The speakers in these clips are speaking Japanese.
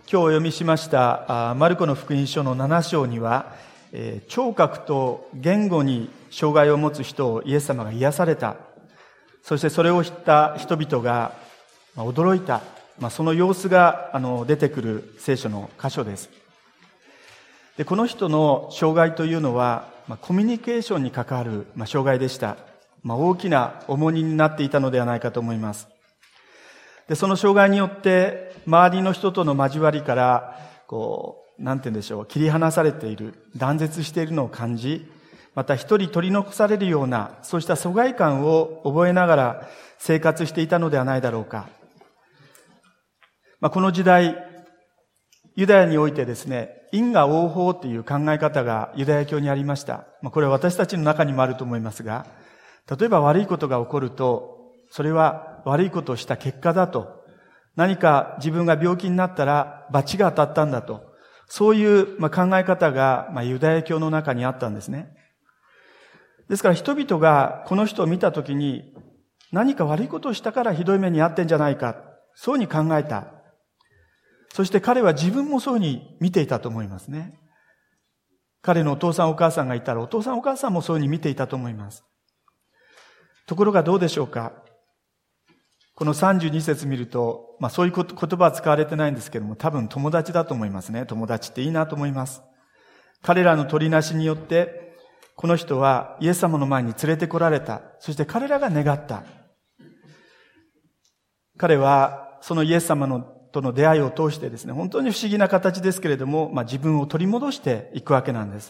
今日お読みしましたマルコの福音書の7章には、聴覚と言語に障害を持つ人をイエス様が癒された。そしてそれを知った人々が驚いた。その様子が出てくる聖書の箇所です。で、この人の障害というのは、コミュニケーションに関わる障害でした。大きな重荷になっていたのではないかと思います。で、その障害によって、周りの人との交わりから、なんて言うんでしょう、切り離されている、断絶しているのを感じ、また一人取り残されるような、そうした疎外感を覚えながら生活していたのではないだろうか。この時代、ユダヤにおいてですね、因果応報という考え方がユダヤ教にありました。これは私たちの中にもあると思いますが、例えば悪いことが起こると、それは悪いことをした結果だと、何か自分が病気になったら罰が当たったんだと、そういう考え方がユダヤ教の中にあったんですね。ですから人々がこの人を見たときに、何か悪いことをしたからひどい目に遭ってんじゃないか、そうに考えた。そして彼は自分もそうに見ていたと思いますね。彼のお父さんお母さんがいたら、お父さんお母さんもそうに見ていたと思います。ところがどうでしょうか。この32節見ると、そういう言葉は使われてないんですけども、多分友達だと思いますね。友達っていいなと思います。彼らの取りなしによって、この人はイエス様の前に連れてこられた。そして彼らが願った。彼はそのイエス様との出会いを通してですね、本当に不思議な形ですけれども、自分を取り戻していくわけなんです。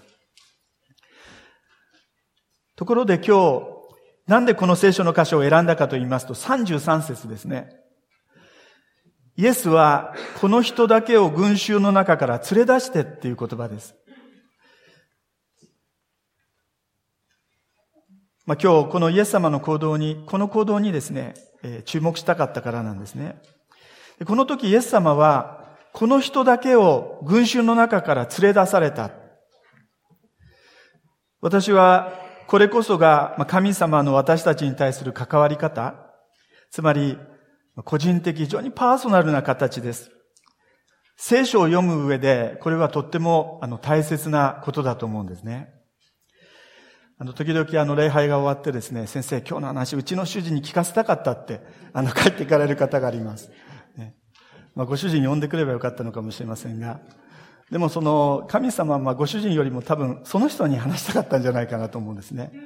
ところで今日、なんでこの聖書の箇所を選んだかと言いますと、33節ですね。イエスはこの人だけを群衆の中から連れ出してっていう言葉です。今日このイエス様のこの行動にですね、注目したかったからなんですね。この時イエス様はこの人だけを群衆の中から連れ出された。私はこれこそが神様の私たちに対する関わり方、つまり個人的、非常にパーソナルな形です。聖書を読む上でこれはとっても大切なことだと思うんですね。時々礼拝が終わってですね、先生今日の話うちの主人に聞かせたかったって帰っていかれる方があります。ご主人呼んでくればよかったのかもしれませんが、でもその神様はご主人よりも多分その人に話したかったんじゃないかなと思うんですね。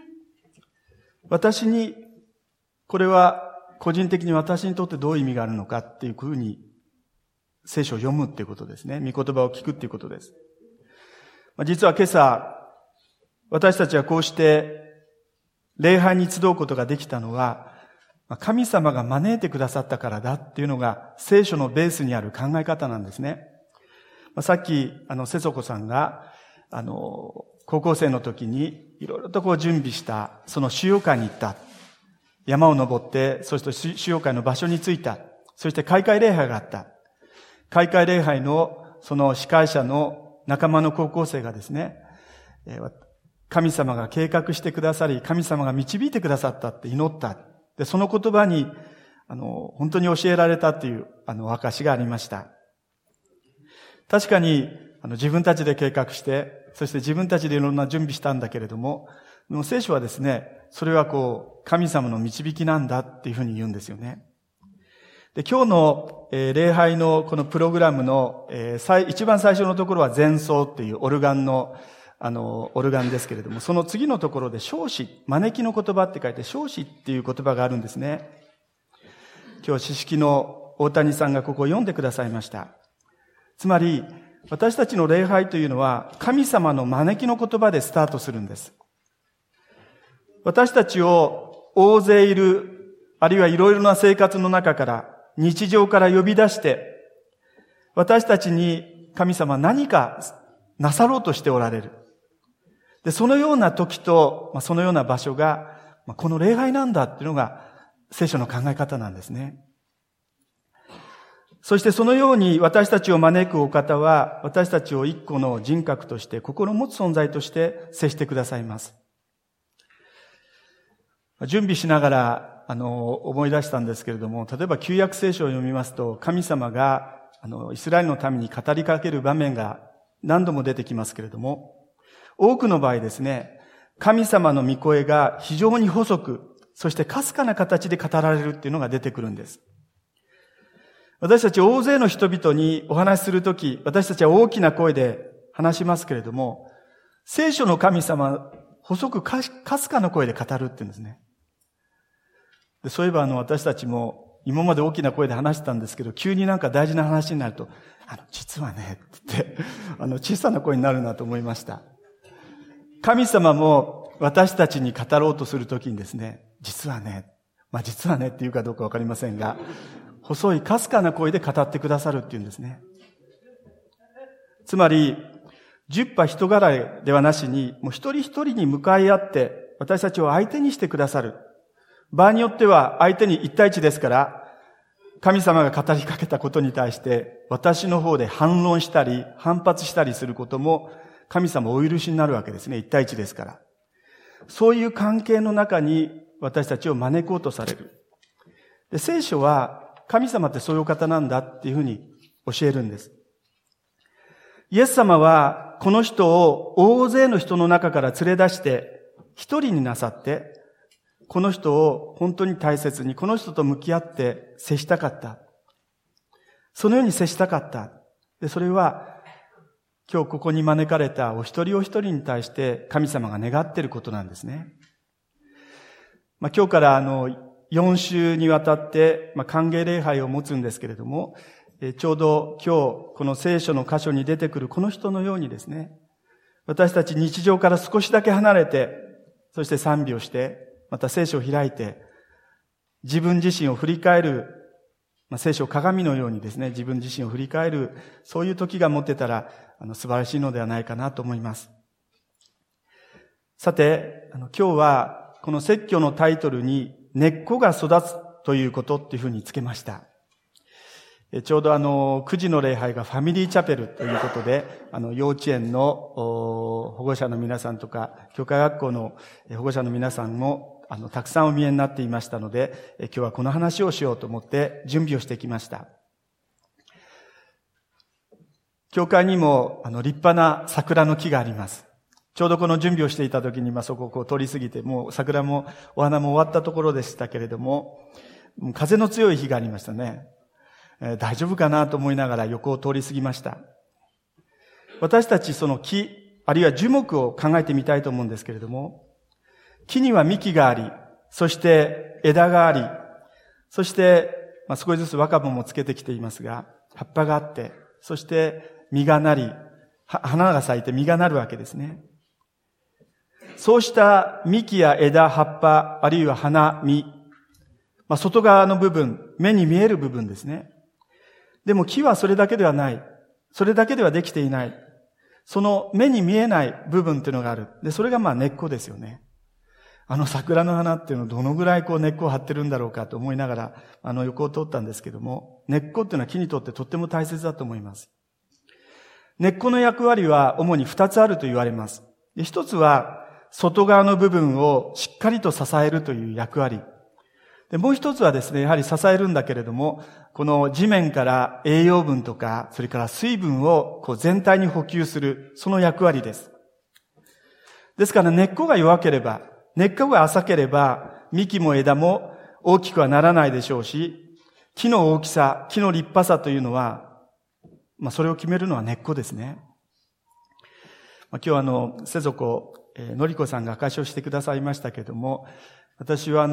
私に、これは個人的に私にとってどういう意味があるのかっていうふうに聖書を読むっていうことですね。御言葉を聞くっていうことです。実は今朝、私たちはこうして礼拝に集うことができたのは、神様が招いてくださったからだっていうのが聖書のベースにある考え方なんですね。さっき、瀬底さんが、高校生の時に、いろいろと準備した、その主要会に行った。山を登って、そして主要会の場所に着いた。そして開会礼拝があった。開会礼拝の、その司会者の仲間の高校生がですね、神様が計画してくださり、神様が導いてくださったって祈った。で、その言葉に、本当に教えられたっていう、証がありました。確かに、自分たちで計画して、そして自分たちでいろんな準備したんだけれども、聖書はですね、それは神様の導きなんだっていうふうに言うんですよね。で、今日の、礼拝のこのプログラムの、一番最初のところは前奏っていうオルガンの、オルガンですけれども、その次のところで召子、招きの言葉って書いて召子っていう言葉があるんですね。今日、詩式の大谷さんがここを読んでくださいました。つまり、私たちの礼拝というのは、神様の招きの言葉でスタートするんです。私たちを大勢いる、あるいはいろいろな生活の中から、日常から呼び出して、私たちに神様何かなさろうとしておられる。で、そのような時と、そのような場所が、この礼拝なんだっていうのが、聖書の考え方なんですね。そしてそのように私たちを招くお方は、私たちを一個の人格として、心を持つ存在として接してくださいます。準備しながら、思い出したんですけれども、例えば旧約聖書を読みますと、神様がイスラエルのために語りかける場面が何度も出てきますけれども、多くの場合ですね、神様の御声が非常に細く、そしてかすかな形で語られるっていうのが出てくるんです。私たち大勢の人々にお話しするとき、私たちは大きな声で話しますけれども、聖書の神様、細くかすかな声で語るって言うんですね。でそういえば私たちも今まで大きな声で話してたんですけど、急になんか大事な話になると、実はね、って言って、小さな声になるなと思いました。神様も私たちに語ろうとするときにですね、実はねっていうかどうかわかりませんが、細いかすかな声で語ってくださるっていうんですね。つまり、十羽人柄ではなしに、もう一人一人に向かい合って、私たちを相手にしてくださる。場合によっては相手に一対一ですから、神様が語りかけたことに対して、私の方で反論したり、反発したりすることも、神様お許しになるわけですね。一対一ですから。そういう関係の中に私たちを招こうとされる。で、聖書は、神様ってそういう方なんだっていうふうに教えるんです。イエス様はこの人を大勢の人の中から連れ出して一人になさって、この人を本当に大切に、この人と向き合って接したかった。そのように接したかった。で、それは今日ここに招かれたお一人お一人に対して神様が願っていることなんですね。今日から4週にわたって、歓迎礼拝を持つんですけれども、ちょうど今日、この聖書の箇所に出てくるこの人のようにですね、私たち日常から少しだけ離れて、そして賛美をして、また聖書を開いて、自分自身を振り返る、聖書鏡のようにですね、自分自身を振り返る、そういう時が持てたら、素晴らしいのではないかなと思います。さて、今日は、この説教のタイトルに、根っこが育つということっていうふうにつけました。ちょうど9時の礼拝がファミリーチャペルということで、幼稚園の保護者の皆さんとか、教会学校の保護者の皆さんも、たくさんお見えになっていましたので、今日はこの話をしようと思って準備をしてきました。教会にも、立派な桜の木があります。ちょうどこの準備をしていた時に、そこを通り過ぎて、もう桜もお花も終わったところでしたけれども、風の強い日がありましたね。大丈夫かなと思いながら横を通り過ぎました。私たちその木、あるいは樹木を考えてみたいと思うんですけれども、木には幹があり、そして枝があり、そして、少しずつ若葉もつけてきていますが、葉っぱがあって、そして実がなり、花が咲いて実がなるわけですね。そうした幹や枝、葉っぱ、あるいは花、実、外側の部分、目に見える部分ですね。でも木はそれだけではない。それだけではできていない。その目に見えない部分っていうのがある。で、それが根っこですよね。桜の花っていうのはどのぐらい根っこを張ってるんだろうかと思いながら、横を通ったんですけども、根っこっていうのは木にとってとっても大切だと思います。根っこの役割は主に2つあると言われます。で、1つは、外側の部分をしっかりと支えるという役割。で、もう一つはですね、やはり支えるんだけれども、この地面から栄養分とか、それから水分を全体に補給する、その役割です。ですから根っこが弱ければ、根っこが浅ければ、幹も枝も大きくはならないでしょうし、木の大きさ、木の立派さというのは、それを決めるのは根っこですね。今日瀬底のりこさんが証しをしてくださいましたけれども、私は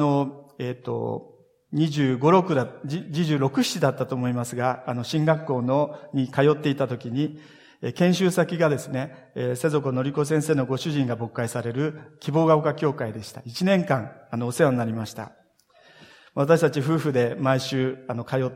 26、7だったと思いますが、進学校に通っていた時に、研修先がですね、瀬底のりこ先生のご主人が牧会される希望が丘教会でした。1年間、お世話になりました。私たち夫婦で毎週、通って、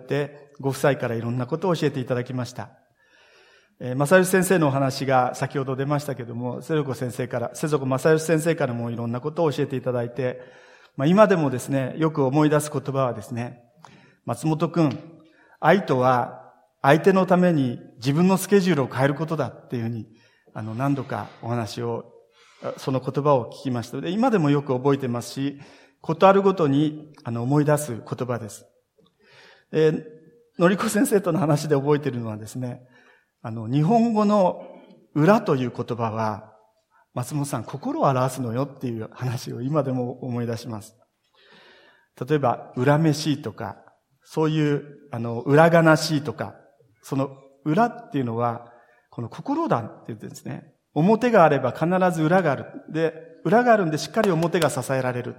ご夫妻からいろんなことを教えていただきました。正義先生のお話が先ほど出ましたけども、瀬底正義先生からもいろんなことを教えていただいて、今でもですね、よく思い出す言葉はですね、松本くん、愛とは相手のために自分のスケジュールを変えることだっていうふうに、何度かお話を、その言葉を聞きましたので、今でもよく覚えてますし、ことあるごとに思い出す言葉です。 のりこ先生との話で覚えているのはですね、日本語の裏という言葉は、松本さん、心を表すのよっていう話を今でも思い出します。例えば、裏飯とか、そういう、裏がしとか、その裏っていうのは、この心だって言ってですね、表があれば必ず裏がある。で、裏があるんでしっかり表が支えられる。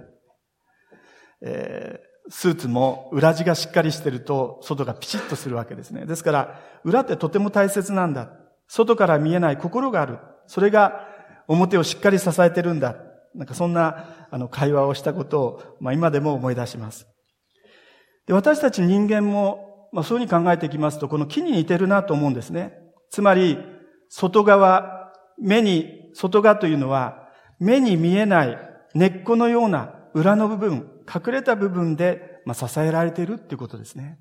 スーツも裏地がしっかりしてると外がピチッとするわけですね。ですから、裏ってとても大切なんだ。外から見えない心がある。それが表をしっかり支えてるんだ。なんかそんな会話をしたことを、今でも思い出します。で、私たち人間も、そういうふうに考えていきますと、この木に似てるなと思うんですね。つまり、外側というのは、目に見えない根っこのような裏の部分、隠れた部分で、支えられているっていうことですね。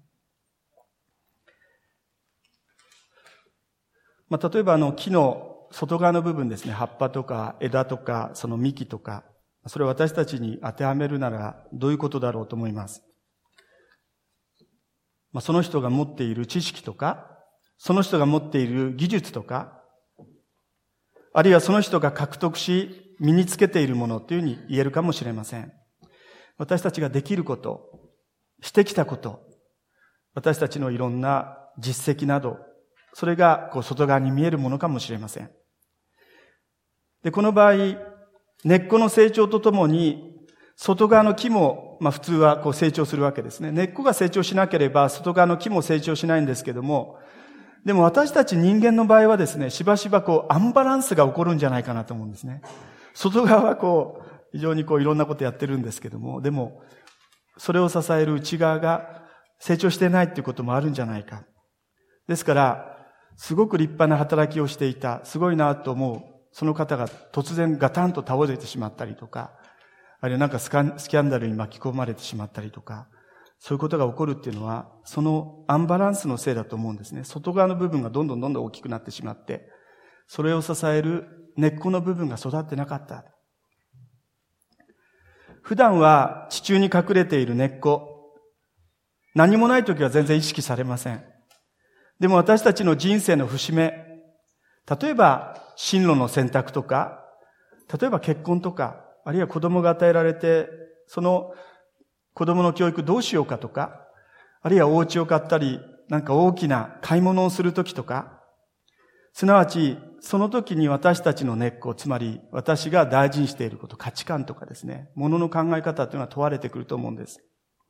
例えば木の外側の部分ですね、葉っぱとか枝とか、その幹とか、それを私たちに当てはめるならどういうことだろうと思います。その人が持っている知識とか、その人が持っている技術とか、あるいはその人が獲得し、身につけているものというふうに言えるかもしれません。私たちができること、してきたこと、私たちのいろんな実績など、それが外側に見えるものかもしれません。で、この場合、根っこの成長とともに、外側の木も、普通は成長するわけですね。根っこが成長しなければ、外側の木も成長しないんですけども、でも私たち人間の場合はですね、しばしばアンバランスが起こるんじゃないかなと思うんですね。外側は非常にいろんなことやってるんですけども、でも、それを支える内側が成長してないっていうこともあるんじゃないか。ですから、すごく立派な働きをしていた、すごいなと思う、その方が突然ガタンと倒れてしまったりとか、あるいはスキャンダルに巻き込まれてしまったりとか、そういうことが起こるっていうのは、そのアンバランスのせいだと思うんですね。外側の部分がどんどん大きくなってしまって、それを支える根っこの部分が育ってなかった。普段は地中に隠れている根っこ、何もないときは全然意識されません。でも私たちの人生の節目、例えば進路の選択とか、例えば結婚とか、あるいは子供が与えられて、その子供の教育どうしようかとか、あるいはお家を買ったり、大きな買い物をするときとか、すなわち、その時に私たちの根っこ、つまり私が大事にしていること、価値観とかですね、ものの考え方というのは問われてくると思うんです。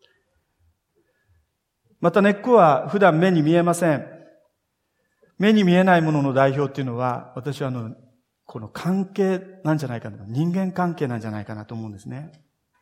また根っこは普段目に見えません。目に見えないものの代表っていうのは、私はこの関係なんじゃないかな、人間関係なんじゃないかなと思うんですね。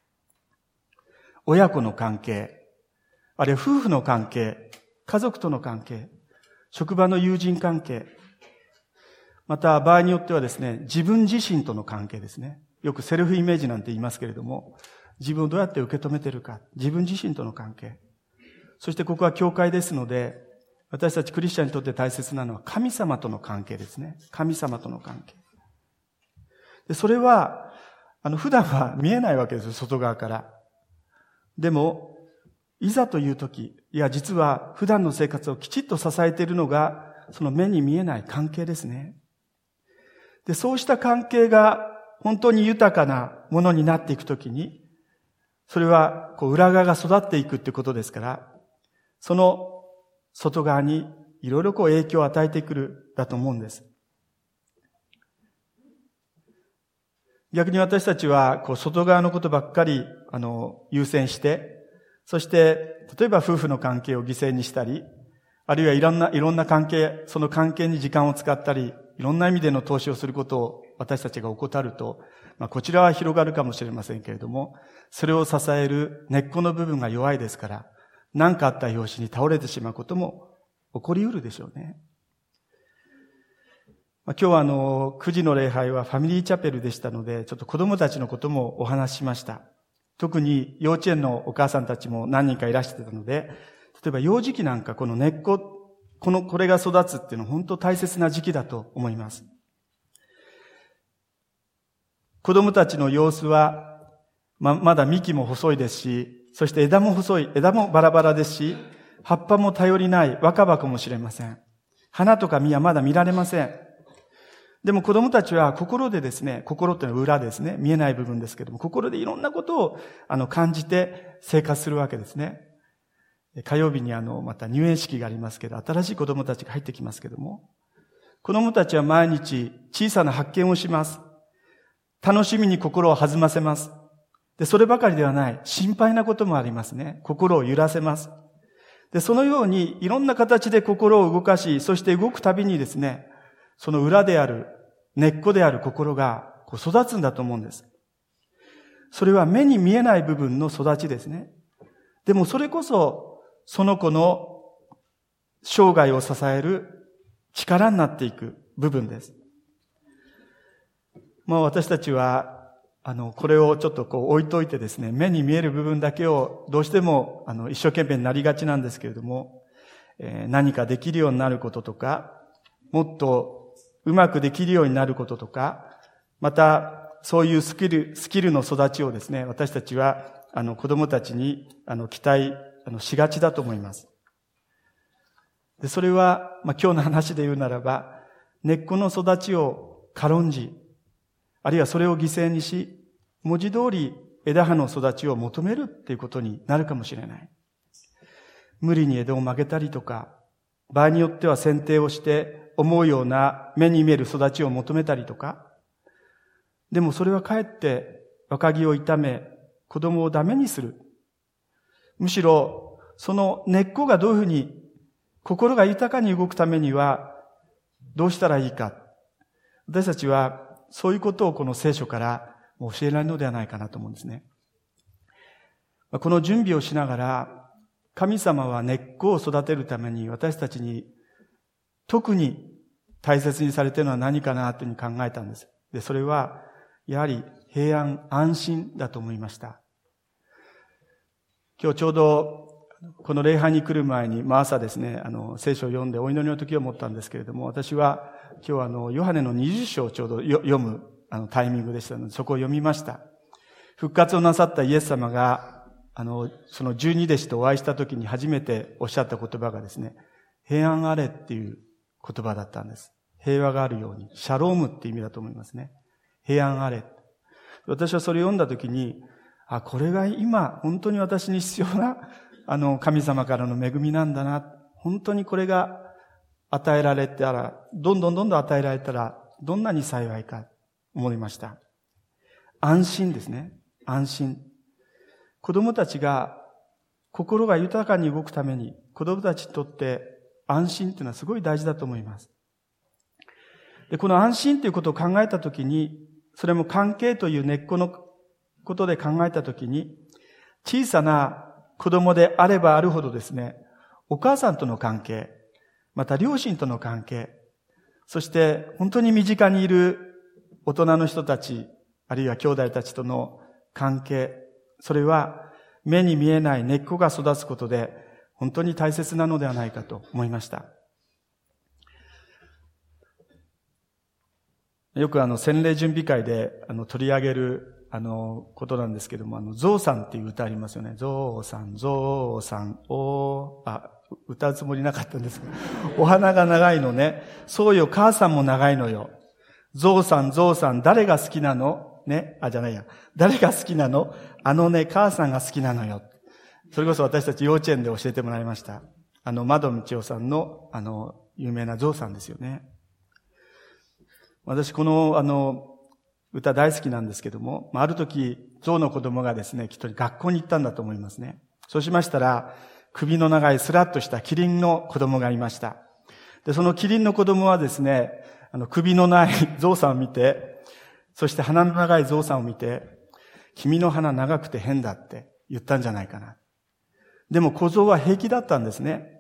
親子の関係、あるいは夫婦の関係、家族との関係、職場の友人関係、また場合によってはですね、自分自身との関係ですね。よくセルフイメージなんて言いますけれども、自分をどうやって受け止めているか、自分自身との関係。そしてここは教会ですので、私たちクリスチャンにとって大切なのは神様との関係ですね。神様との関係。でそれは、普段は見えないわけですよ、外側から。でも、いざという時、実は普段の生活をきちっと支えているのが、その目に見えない関係ですね。で、そうした関係が本当に豊かなものになっていくときに、それは裏側が育っていくってことですから、その外側にいろいろ影響を与えてくるだと思うんです。逆に私たちは外側のことばっかり優先して、そして例えば夫婦の関係を犠牲にしたり、あるいはいろんな関係、その関係に時間を使ったり、いろんな意味での投資をすることを私たちが怠ると、こちらは広がるかもしれませんけれども、それを支える根っこの部分が弱いですから、何かあった拍子に倒れてしまうことも起こり得るでしょうね。今日は9時の礼拝はファミリーチャペルでしたので、ちょっと子供たちのこともお話ししました。特に幼稚園のお母さんたちも何人かいらしてたので、例えば幼児期なんかこの根っこ、これが育つっていうのは本当大切な時期だと思います。子供たちの様子は、まだ幹も細いですし、そして枝も細い、枝もバラバラですし、 葉っぱも頼りない若葉かもしれません。花とか実はまだ見られません。でも子供たちは心でですね、心っていうのは裏ですね、見えない部分ですけども、心でいろんなことを感じて生活するわけですね。火曜日にまた入園式がありますけど、新しい子供たちが入ってきますけども、子供たちは毎日小さな発見をします。楽しみに心を弾ませます。で、そればかりではない、心配なこともありますね。心を揺らせます。で、そのようにいろんな形で心を動かし、そして動くたびにですね、その裏である、根っこである心が育つんだと思うんです。それは目に見えない部分の育ちですね。でもそれこそ、その子の生涯を支える力になっていく部分です。私たちは、これをちょっと置いといてですね、目に見える部分だけをどうしても、一生懸命になりがちなんですけれども、何かできるようになることとか、もっとうまくできるようになることとか、また、そういうスキルの育ちをですね、私たちは、子供たちに、期待、しがちだと思います。で、それは、今日の話で言うならば、根っこの育ちを軽んじ、あるいはそれを犠牲にし、文字通り枝葉の育ちを求めるっていうことになるかもしれない。無理に枝を曲げたりとか、場合によっては剪定をして思うような目に見える育ちを求めたりとか、でもそれはかえって若木を痛め、子供をダメにする。むしろ、その根っこがどういうふうに心が豊かに動くためにはどうしたらいいか。私たちはそういうことをこの聖書から教えられるのではないかなと思うんですね。この準備をしながら、神様は根っこを育てるために私たちに特に大切にされているのは何かなというふうに考えたんです。で、それはやはり平安、安心だと思いました。今日ちょうどこの礼拝に来る前に、朝ですね、聖書を読んでお祈りの時を持ったんですけれども、私は今日ヨハネの20章をちょうど読むタイミングでしたので、そこを読みました。復活をなさったイエス様が、その12弟子とお会いした時に初めておっしゃった言葉がですね、平安あれっていう言葉だったんです。平和があるように。シャロームって意味だと思いますね。平安あれ。私はそれを読んだ時に、これが今本当に私に必要な神様からの恵みなんだな。本当にこれが与えられたら、どんどん与えられたら、どんなに幸いか思いました。安心ですね。安心。子供たちが心が豊かに動くために、子供たちにとって安心っていうのはすごい大事だと思います。で、この安心ということを考えたときに、それも関係という根っこのことで考えたときに、小さな子供であればあるほどですね、お母さんとの関係、また両親との関係、そして本当に身近にいる大人の人たち、あるいは兄弟たちとの関係、それは目に見えない根っこが育つことで本当に大切なのではないかと思いました。よく洗礼準備会で取り上げることなんですけども、ゾウさんっていう歌ありますよね。ゾウさん、ゾウさん、歌うつもりなかったんですけど、お花が長いのね。そうよ、母さんも長いのよ。ゾウさん、ゾウさん、誰が好きなのね。じゃないや。誰が好きなのね、母さんが好きなのよ。それこそ私たち幼稚園で教えてもらいました。窓道夫さんの、有名なゾウさんですよね。私この歌大好きなんですけども、ある時ゾウの子供がですね、きっと学校に行ったんだと思いますね。そうしましたら、首の長いスラッとしたキリンの子供がいました。で、そのキリンの子供はですね、首のないゾウさんを見て、そして鼻の長いゾウさんを見て、君の鼻長くて変だって言ったんじゃないかな。でも小ゾウは平気だったんですね。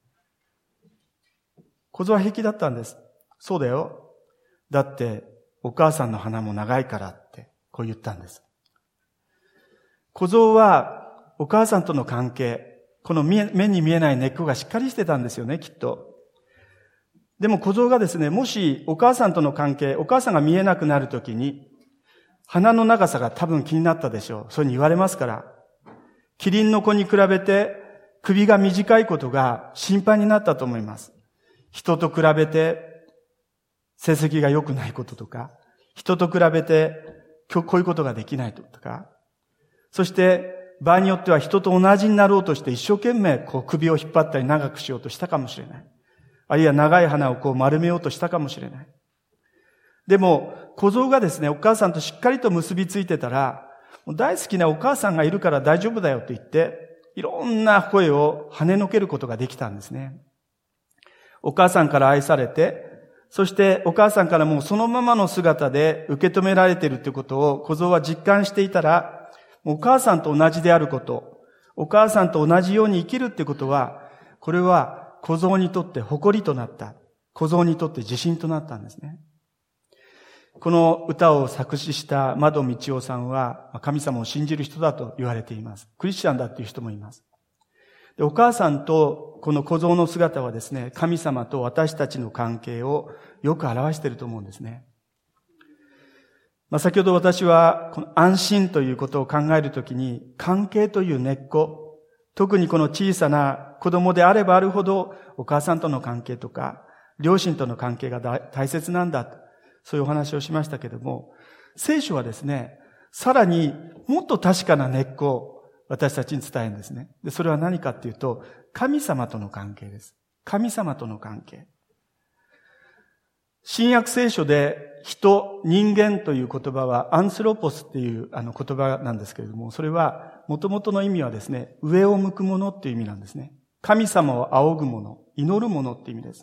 小ゾウは平気だったんです。そうだよ。だって、お母さんの鼻も長いからって、こう言ったんです。小ゾウは、お母さんとの関係、この目に見えない根っこがしっかりしてたんですよね、きっと。でも小ゾウがですね、もしお母さんとの関係、お母さんが見えなくなるときに、鼻の長さが多分気になったでしょう。そういうふうに言われますから。キリンの子に比べて、 首が短いことが心配になったと思います。人と比べて成績が良くないこととか、人と比べてこういうことができないとか、そして場合によっては人と同じになろうとして一生懸命首を引っ張ったり長くしようとしたかもしれない。あるいは長い鼻を丸めようとしたかもしれない。でも小僧がですね、お母さんとしっかりと結びついてたら、大好きなお母さんがいるから大丈夫だよと言って、いろんな声を跳ねのけることができたんですね。お母さんから愛されて、そしてお母さんからもうそのままの姿で受け止められているということを小僧は実感していたら、お母さんと同じであること、お母さんと同じように生きるってことは、これは小僧にとって誇りとなった。小僧にとって自信となったんですね。この歌を作詞した窓道夫さんは神様を信じる人だと言われています。クリスチャンだっていう人もいます。で、お母さんとこの小僧の姿はですね、神様と私たちの関係をよく表していると思うんですね。先ほど私はこの安心ということを考えるときに、関係という根っこ、特にこの小さな子供であればあるほどお母さんとの関係とか両親との関係が大切なんだ、そういうお話をしましたけれども、聖書はですね、さらにもっと確かな根っこを私たちに伝えるんですね。で、それは何かっていうと、神様との関係です。神様との関係。新約聖書で人間という言葉はアンスロポスっていう言葉なんですけれども、それは元々の意味はですね、上を向くものっていう意味なんですね。神様を仰ぐもの、祈るものっていう意味です。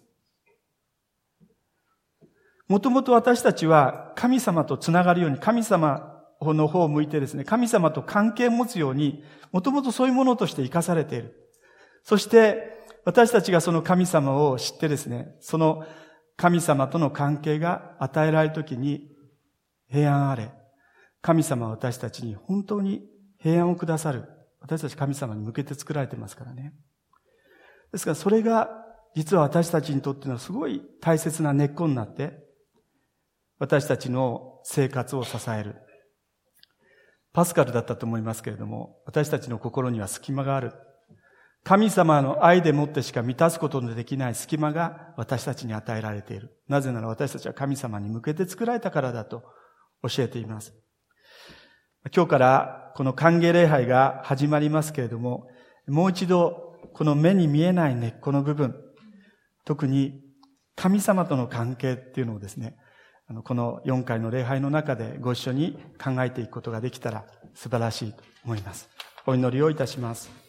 もともと私たちは神様とつながるように、神様の方を向いてですね、神様と関係を持つように、もともとそういうものとして生かされている。そして私たちがその神様を知ってですね、その神様との関係が与えられるときに平安あれ。神様は私たちに本当に平安をくださる。私たち神様に向けて作られてますからね。ですからそれが実は私たちにとってのすごい大切な根っこになって、私たちの生活を支える。パスカルだったと思いますけれども、私たちの心には隙間がある。神様の愛でもってしか満たすことのできない隙間が私たちに与えられている。なぜなら私たちは神様に向けて作られたからだと教えています。今日からこの歓迎礼拝が始まりますけれども、もう一度この目に見えない根っこの部分、特に神様との関係っていうのをですね、この4回の礼拝の中でご一緒に考えていくことができたら素晴らしいと思います。お祈りをいたします。